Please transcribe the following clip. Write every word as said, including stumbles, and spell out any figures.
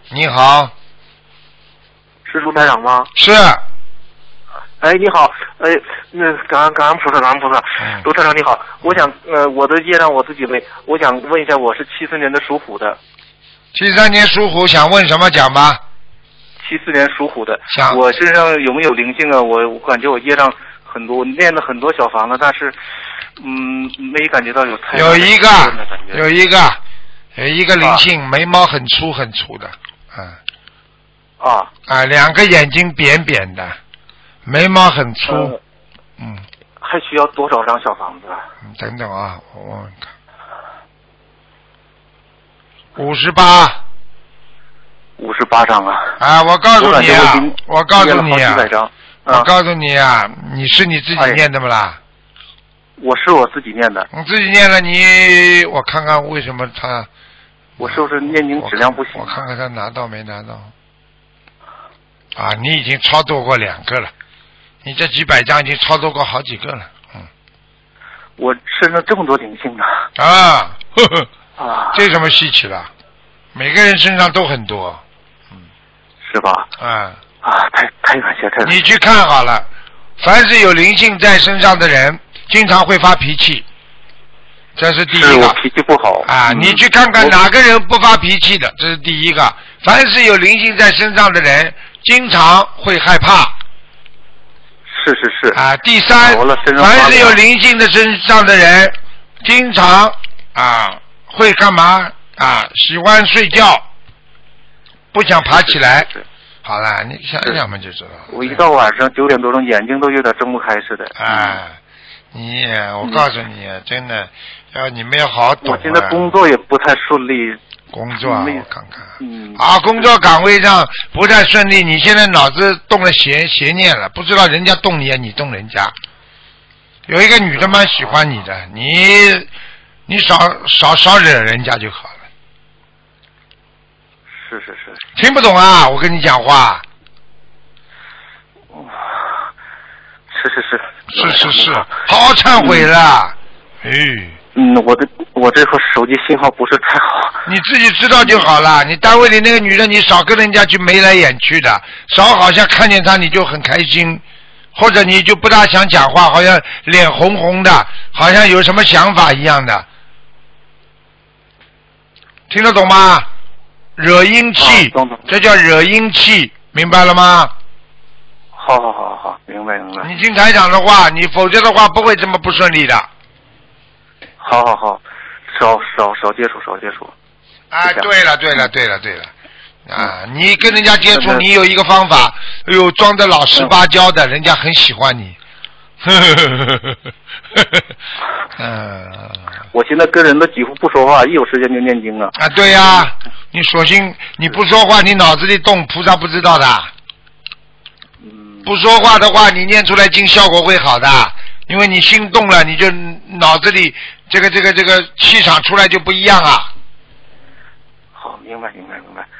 你好。 是卢台长吗？ 是。 哎，你好，哎，那感恩感恩菩萨，感恩菩萨， 嗯、 卢台长你好，我想呃我的业障我自己背，我想问一下，我是七四年的属虎的。 七三年属虎，想问什么讲吧？ 七四年属虎的， 想我身上有没有灵性啊？我我感觉我业障很多，我念了很多小房子，但是嗯没感觉到有太大的有一个有一个有一个灵性， 啊、 眉毛很粗很粗的，嗯。 啊啊，两个眼睛扁扁的，眉毛很粗，呃、嗯。 还需要多少张小房子？ 嗯，等等啊，我问问看。五十八。 五十八张啊！ 啊，我告诉你啊，我, 我告诉你啊， 啊我告诉你啊，你是你自己念的不啦？ 哎、我是我自己念的。 你自己念了，你我看看为什么他， 我是不是念经质量不行、啊我？我看看他拿到没拿到。啊，你已经超度过两个了，你这几百张已经超度过好几个了，嗯。 我身上这么多灵性呢。 啊，呵呵啊， 这什么稀奇了？每个人身上都很多，嗯， 是吧？ 啊啊，太太感谢，太感谢。 你去看好了，凡是有灵性在身上的人，经常会发脾气，这是第一个。 是我脾气不好啊、嗯！你去看看哪个人不发脾气的，这是第一个。凡是有灵性在身上的人，经常会害怕。 是是是。 啊，第三，凡是有灵性的身上的人，经常啊会干嘛啊？喜欢睡觉，不想爬起来。 是是是是好了，你想一想嘛就知道了。 我一到晚上九点多钟，眼睛都有点睁不开似的。 啊，你，我告诉你，嗯、真的，要你们要好好懂、啊。 我现在工作也不太顺利。 工作啊，我看看。 嗯。 啊，工作岗位上不太顺利，你现在脑子动了邪邪念了，不知道人家动你，你动人家。有一个女的蛮喜欢你的，你你少少少惹人家就好了。 是是是。 听不懂啊，我跟你讲话。 是是是。 是是是，好好忏悔了。哎。 嗯，我的我这会手机信号不是太好。 你自己知道就好了。你单位里那个女的，你少跟人家去眉来眼去的，少好像看见她你就很开心，或者你就不大想讲话，好像脸红红的，好像有什么想法一样的。听得懂吗？惹阴气， 啊、 这叫惹阴气，明白了吗？ 好好好好，明白明白。 你听台长的话，你否则的话不会这么不顺利的。 好好好，少少少接触，少接触。 啊，对了对了对了对了，啊，你跟人家接触，你有一个方法，哎呦，装的老实巴交的，人家很喜欢你。嗯。 我现在跟人都几乎不说话，一有时间就念经啊。 啊，对呀、啊，你索性你不说话，你脑子里动，菩萨不知道的。 嗯。 不说话的话，你念出来经效果会好的，因为你心动了，你就脑子里这个这个这个气场出来就不一样啊。 好，明白明白明白。